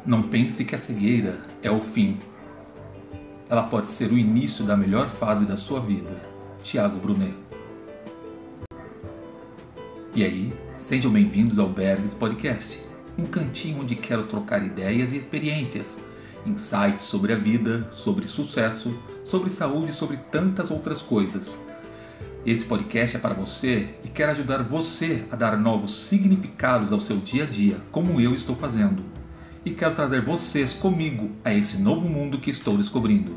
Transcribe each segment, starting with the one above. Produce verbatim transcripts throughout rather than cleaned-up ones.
Não pense que a cegueira é o fim. Ela pode ser o início da melhor fase da sua vida. Tiago Brunet. E aí, sejam bem-vindos ao Bergs Podcast, um cantinho onde quero trocar ideias e experiências, insights sobre a vida, sobre sucesso, sobre saúde e sobre tantas outras coisas. Esse podcast é para você e quero ajudar você a dar novos significados ao seu dia a dia, como eu estou fazendo. E quero trazer vocês comigo a esse novo mundo que estou descobrindo.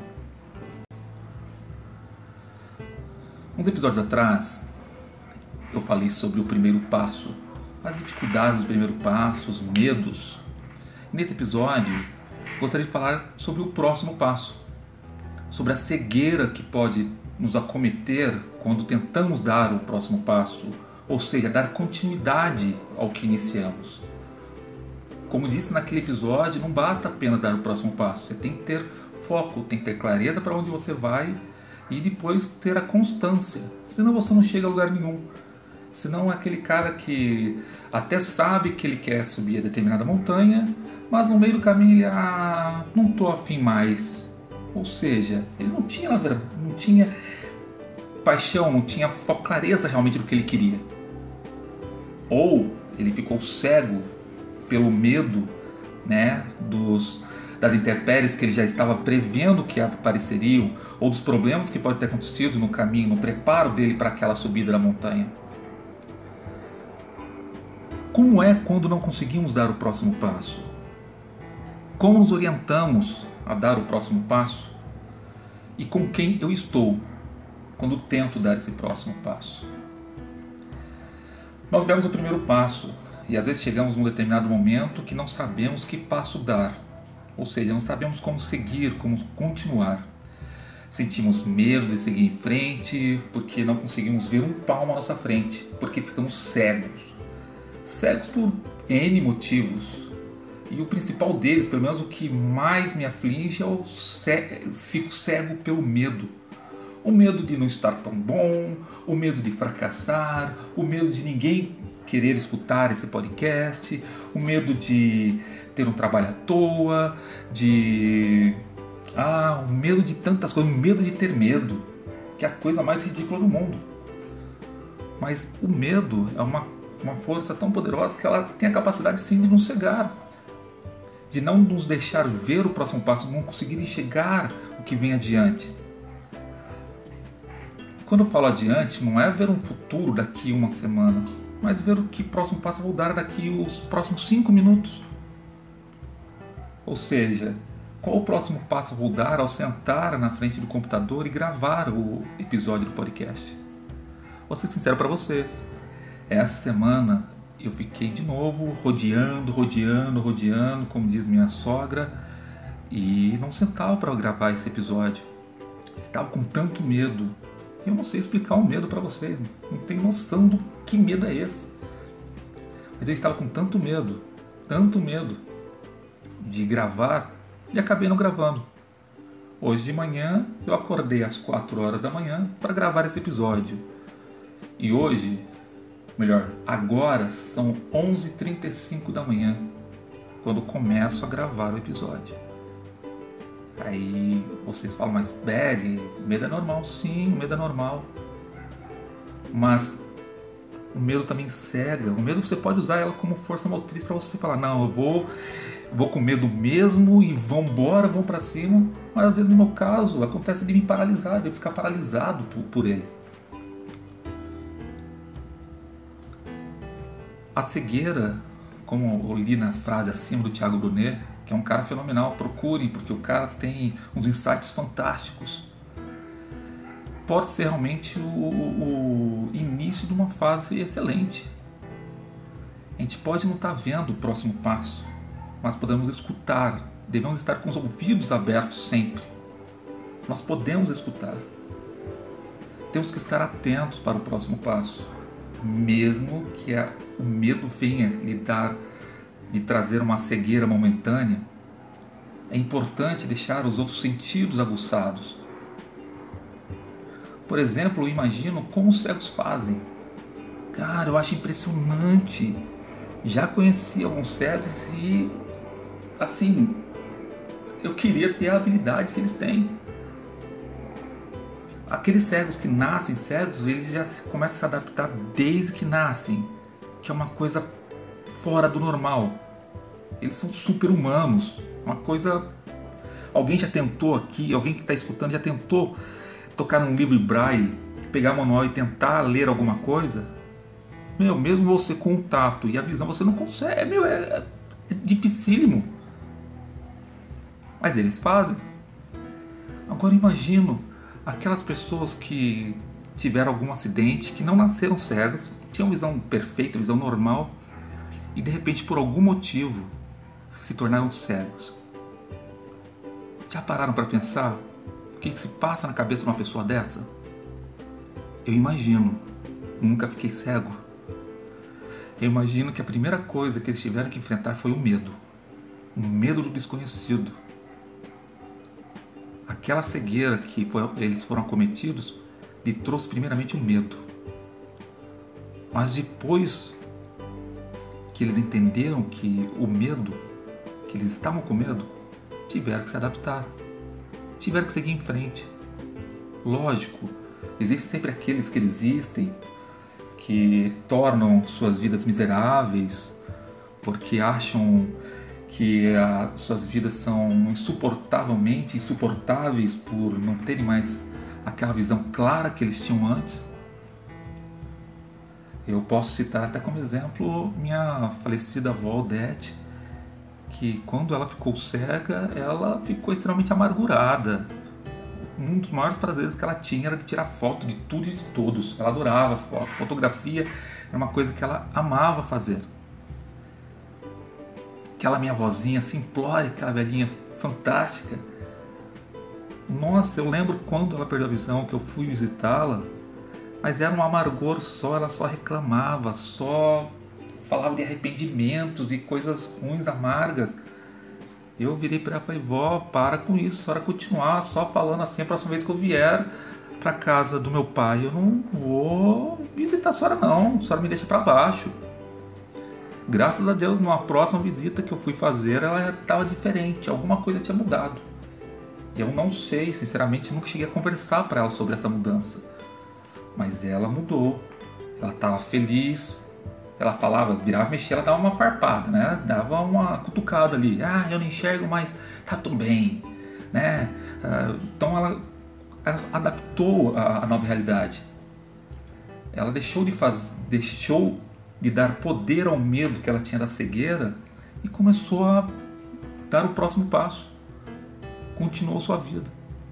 Uns episódios atrás, eu falei sobre o primeiro passo, as dificuldades do primeiro passo, os medos. Nesse episódio, gostaria de falar sobre o próximo passo, sobre a cegueira que pode nos acometer quando tentamos dar o próximo passo, ou seja, dar continuidade ao que iniciamos. Como disse naquele episódio, não basta apenas dar o próximo passo, você tem que ter foco, tem que ter clareza para onde você vai e depois ter a constância, senão você não chega a lugar nenhum. Senão é aquele cara que até sabe que ele quer subir a determinada montanha, mas no meio do caminho ele, ah, não estou afim mais. Ou seja, ele não tinha, na verdade, não tinha paixão, não tinha foco, clareza realmente do que ele queria. Ou ele ficou cego pelo medo, né, dos, das intempéries que ele já estava prevendo que apareceriam, ou dos problemas que podem ter acontecido no caminho, no preparo dele para aquela subida da montanha. Como é quando não conseguimos dar o próximo passo? Como nos orientamos a dar o próximo passo? E com quem eu estou quando tento dar esse próximo passo? Nós demos o primeiro passo e às vezes chegamos num determinado momento que não sabemos que passo dar, ou seja, não sabemos como seguir, como continuar. Sentimos medo de seguir em frente porque não conseguimos ver um palmo à nossa frente, porque ficamos cegos. Cegos por N motivos. E o principal deles, pelo menos o que mais me aflige, é o cego, fico cego pelo medo. O medo de não estar tão bom, o medo de fracassar, o medo de ninguém querer escutar esse podcast, o medo de ter um trabalho à toa, de... Ah, o medo de tantas coisas, o medo de ter medo, que é a coisa mais ridícula do mundo. Mas o medo é uma, uma força tão poderosa que ela tem a capacidade sim de nos cegar, de não nos deixar ver o próximo passo, não conseguir enxergar o que vem adiante. Quando eu falo adiante, não é ver um futuro daqui uma semana, mas ver o que próximo passo eu vou dar daqui os próximos cinco minutos. Ou seja, qual o próximo passo eu vou dar ao sentar na frente do computador e gravar o episódio do podcast? Vou ser sincero para vocês, essa semana eu fiquei de novo rodeando, rodeando, rodeando, como diz minha sogra, e não sentava para gravar esse episódio. Estava com tanto medo. Eu não sei explicar o medo para vocês, não tenho noção do que medo é esse. Mas eu estava com tanto medo, tanto medo de gravar e acabei não gravando. Hoje de manhã eu acordei às quatro horas da manhã para gravar esse episódio. E hoje, melhor, agora são onze e trinta e cinco da manhã, quando começo a gravar o episódio. Aí vocês falam, mas Berg, medo é normal. Sim, o medo é normal. Mas o medo também cega. O medo você pode usar ela como força motriz para você falar, não, eu vou, vou com medo mesmo e vambora, vamos para cima. Mas às vezes no meu caso acontece de me paralisar, de eu ficar paralisado por, por ele. A cegueira, como eu li na frase acima do Tiago Brunet, que é um cara fenomenal, procurem, porque o cara tem uns insights fantásticos. Pode ser realmente o, o, o início de uma fase excelente. A gente pode não estar vendo o próximo passo, mas podemos escutar, devemos estar com os ouvidos abertos sempre. Nós podemos escutar. Temos que estar atentos para o próximo passo, mesmo que a, o medo venha lhe dar de trazer uma cegueira momentânea. É importante deixar os outros sentidos aguçados. Por exemplo, eu imagino como os cegos fazem. Cara, eu acho impressionante. Já conheci alguns cegos e assim, eu queria ter a habilidade que eles têm. Aqueles cegos que nascem cegos, eles já começam a se adaptar desde que nascem, que é uma coisa fora do normal. Eles são super-humanos, uma coisa... Alguém já tentou aqui, alguém que está escutando já tentou tocar num livro braille, pegar o manual e tentar ler alguma coisa? Meu, mesmo você com o tato e a visão, você não consegue, meu, é, é dificílimo. Mas eles fazem. Agora imagino aquelas pessoas que tiveram algum acidente, que não nasceram cegos, tinham visão perfeita, visão normal, e de repente por algum motivo se tornaram cegos. Já pararam para pensar o que se passa na cabeça de uma pessoa dessa? Eu imagino, nunca fiquei cego. Eu imagino que a primeira coisa que eles tiveram que enfrentar foi o medo. O medo do desconhecido. Aquela cegueira que foi, eles foram acometidos lhe trouxe primeiramente o medo. Mas depois que eles entenderam que o medo, que eles estavam com medo, tiveram que se adaptar, tiveram que seguir em frente. Lógico, existem sempre aqueles que existem, que tornam suas vidas miseráveis, porque acham que as suas vidas são insuportavelmente insuportáveis por não terem mais aquela visão clara que eles tinham antes. Eu posso citar até como exemplo minha falecida avó Odete, que quando ela ficou cega, ela ficou extremamente amargurada. Um dos maiores prazeres que ela tinha era de tirar foto de tudo e de todos. Ela adorava foto. Fotografia era uma coisa que ela amava fazer. Aquela minha vozinha simplória, aquela velhinha fantástica. Nossa, eu lembro quando ela perdeu a visão, que eu fui visitá-la, mas era um amargor só, ela só reclamava, só falava de arrependimentos, de coisas ruins, amargas. Eu virei para ela e falei, vó, para com isso, a senhora continuar só falando assim, a próxima vez que eu vier para casa do meu pai, eu não vou visitar a senhora não, a senhora me deixa para baixo. Graças a Deus, numa próxima visita que eu fui fazer, ela estava diferente, alguma coisa tinha mudado. Eu não sei, sinceramente, nunca cheguei a conversar para ela sobre essa mudança. Mas ela mudou, ela estava feliz, ela falava, virava, mexia, ela dava uma farpada, né? Dava uma cutucada ali, ah, eu não enxergo, mas tá tudo bem, né? Então ela, ela adaptou a, a nova realidade. Ela deixou de fazer, deixou de dar poder ao medo que ela tinha da cegueira e começou a dar o próximo passo. Continuou sua vida.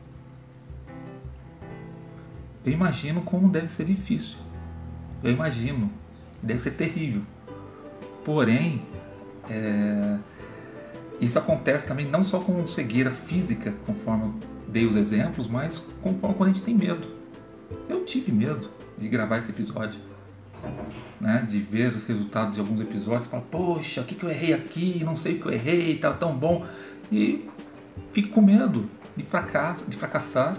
Eu imagino como deve ser difícil. Eu imagino. Deve ser terrível. Porém, é... isso acontece também não só com cegueira física, conforme eu dei os exemplos, mas conforme quando a gente tem medo. Eu tive medo de gravar esse episódio, né? De ver os resultados de alguns episódios e falar, poxa, o que, que eu errei aqui? Não sei o que eu errei, tá tão bom. E fico com medo de, fracasso, de fracassar.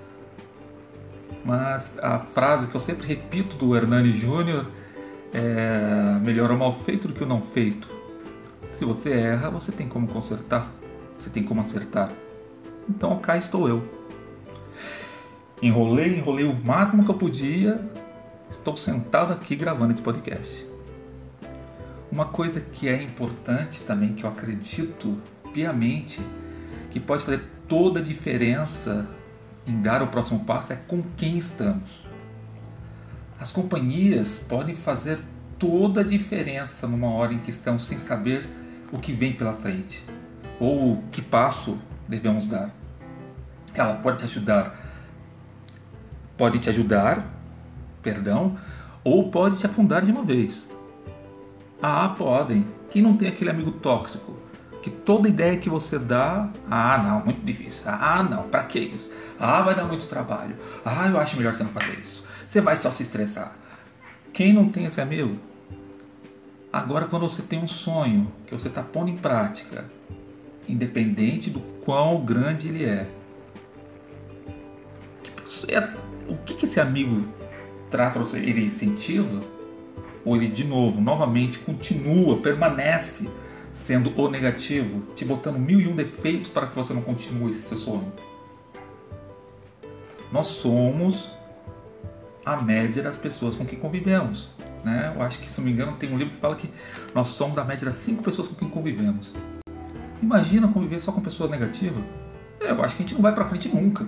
Mas a frase que eu sempre repito do Hernani Júnior é melhor o mal feito do que o não feito. Se você erra, você tem como consertar, você tem como acertar. Então cá estou eu. Enrolei, enrolei o máximo que eu podia. Estou sentado aqui gravando esse podcast. Uma coisa que é importante também, que eu acredito piamente, que pode fazer toda a diferença em dar o próximo passo, é com quem estamos. As companhias podem fazer toda a diferença numa hora em que estamos sem saber o que vem pela frente ou que passo devemos dar. Elas podem te ajudar, podem te ajudar, perdão, ou pode te afundar de uma vez. Ah, podem. Quem não tem aquele amigo tóxico que toda ideia que você dá, ah, não, muito difícil. Ah, não, pra que isso? Ah, vai dar muito trabalho. Ah, eu acho melhor você não fazer isso. Você vai só se estressar. Quem não tem esse amigo? Agora, quando você tem um sonho que você está pondo em prática, independente do quão grande ele é, o que esse amigo traz para você? Ele incentiva? Ou ele, de novo, novamente, continua, permanece sendo o negativo, te botando mil e um defeitos para que você não continue esse seu sonho. Nós somos a média das pessoas com quem convivemos, né? Eu acho que, se não me engano, tem um livro que fala que nós somos a média das cinco pessoas com quem convivemos. Imagina conviver só com pessoas negativas? Eu acho que a gente não vai pra frente nunca.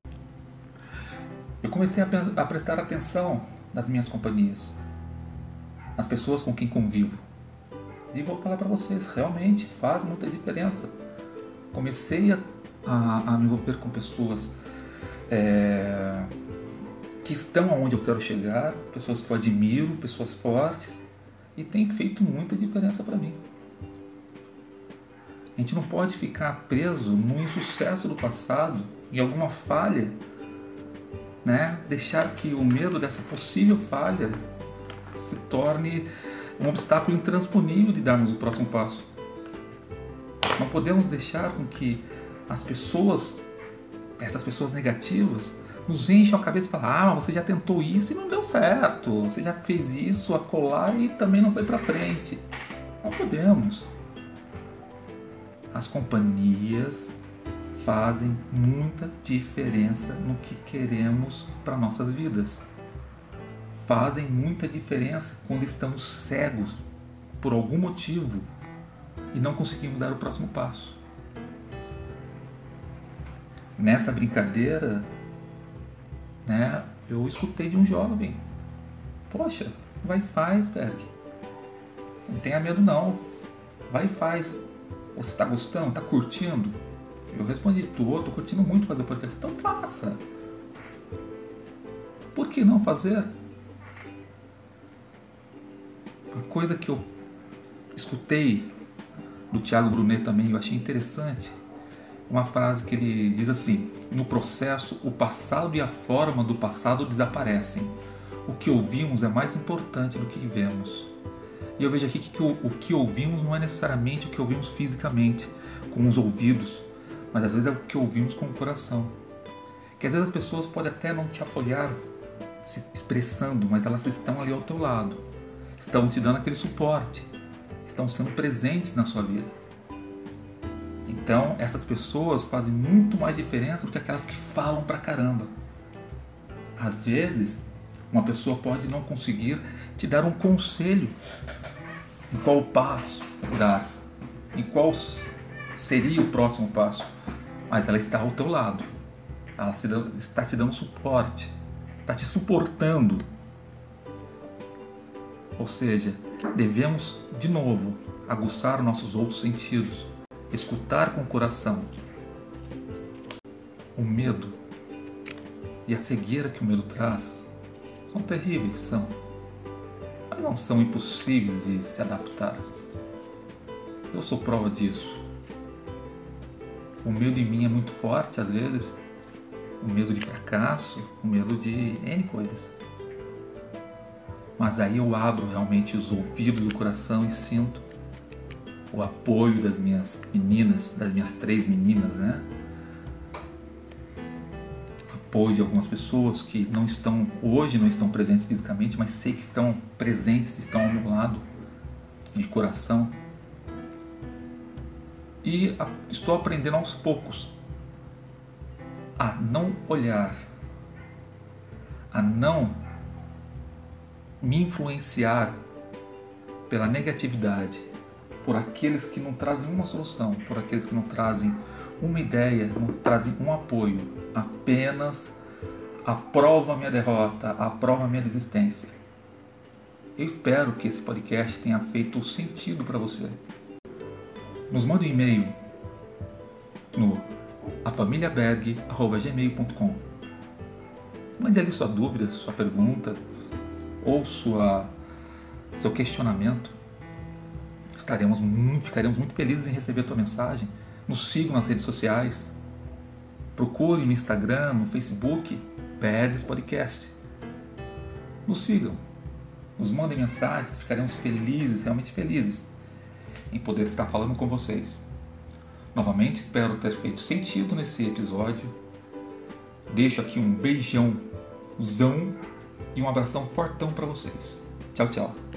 Eu comecei a, a prestar atenção nas minhas companhias, nas pessoas com quem convivo. E vou falar para vocês, realmente faz muita diferença. Comecei a, a, a me envolver com pessoas é, que estão onde eu quero chegar, pessoas que eu admiro, pessoas fortes, e tem feito muita diferença para mim. A gente não pode ficar preso no insucesso do passado, em alguma falha, né? Deixar que o medo dessa possível falha se torne um obstáculo intransponível de darmos o próximo passo. Não podemos deixar com que as pessoas, essas pessoas negativas, nos encham a cabeça e falem: ah, você já tentou isso e não deu certo, você já fez isso acolá e também não foi para frente. Não podemos. As companhias fazem muita diferença no que queremos para nossas vidas. Fazem muita diferença quando estamos cegos por algum motivo e não conseguimos dar o próximo passo. Nessa brincadeira, né, eu escutei de um jovem: poxa, vai e faz, Berg. Não tenha medo não. Vai e faz. Você está gostando? Está curtindo? Eu respondi: tô, tô curtindo muito fazer o podcast. Então faça. Por que não fazer? Uma coisa que eu escutei do Thiago Brunet também, eu achei interessante. Uma frase que ele diz assim: no processo, o passado e a forma do passado desaparecem. O que ouvimos é mais importante do que vemos. E eu vejo aqui que o, o que ouvimos não é necessariamente o que ouvimos fisicamente, com os ouvidos, mas às vezes é o que ouvimos com o coração. Que às vezes as pessoas podem até não te apoiar se expressando, mas elas estão ali ao teu lado, estão te dando aquele suporte, estão sendo presentes na sua vida. Então essas pessoas fazem muito mais diferença do que aquelas que falam pra caramba. Às vezes uma pessoa pode não conseguir te dar um conselho em qual passo dar, em qual seria o próximo passo, mas ela está ao teu lado, ela está te dando suporte, está te suportando. Ou seja, devemos de novo aguçar nossos outros sentidos, escutar com o coração. O medo e a cegueira que o medo traz são terríveis, são, mas não são impossíveis de se adaptar. Eu sou prova disso. O medo em mim é muito forte às vezes, o medo de fracasso, o medo de N coisas. Mas aí eu abro realmente os ouvidos do coração e sinto o apoio das minhas meninas, das minhas três meninas, né? Apoio de algumas pessoas que não estão, hoje não estão presentes fisicamente, mas sei que estão presentes, estão ao meu lado, de coração. E a, estou aprendendo aos poucos a não olhar, a não me influenciar pela negatividade, por aqueles que não trazem uma solução, por aqueles que não trazem uma ideia, não trazem um apoio, apenas aprovam a minha derrota, aprovam a minha desistência. Eu espero que esse podcast tenha feito sentido para você. Nos mande um e-mail no afamiliaberg arroba gmail ponto com. Mande ali sua dúvida, sua pergunta ou sua, seu questionamento. Estaremos muito, ficaremos muito felizes em receber a tua mensagem. Nos sigam nas redes sociais. Procure no Instagram, no Facebook, Bergs Podcast. Nos sigam. Nos mandem mensagens. Ficaremos felizes, realmente felizes, em poder estar falando com vocês. Novamente, espero ter feito sentido nesse episódio. Deixo aqui um beijãozão e um abração fortão para vocês. Tchau, tchau.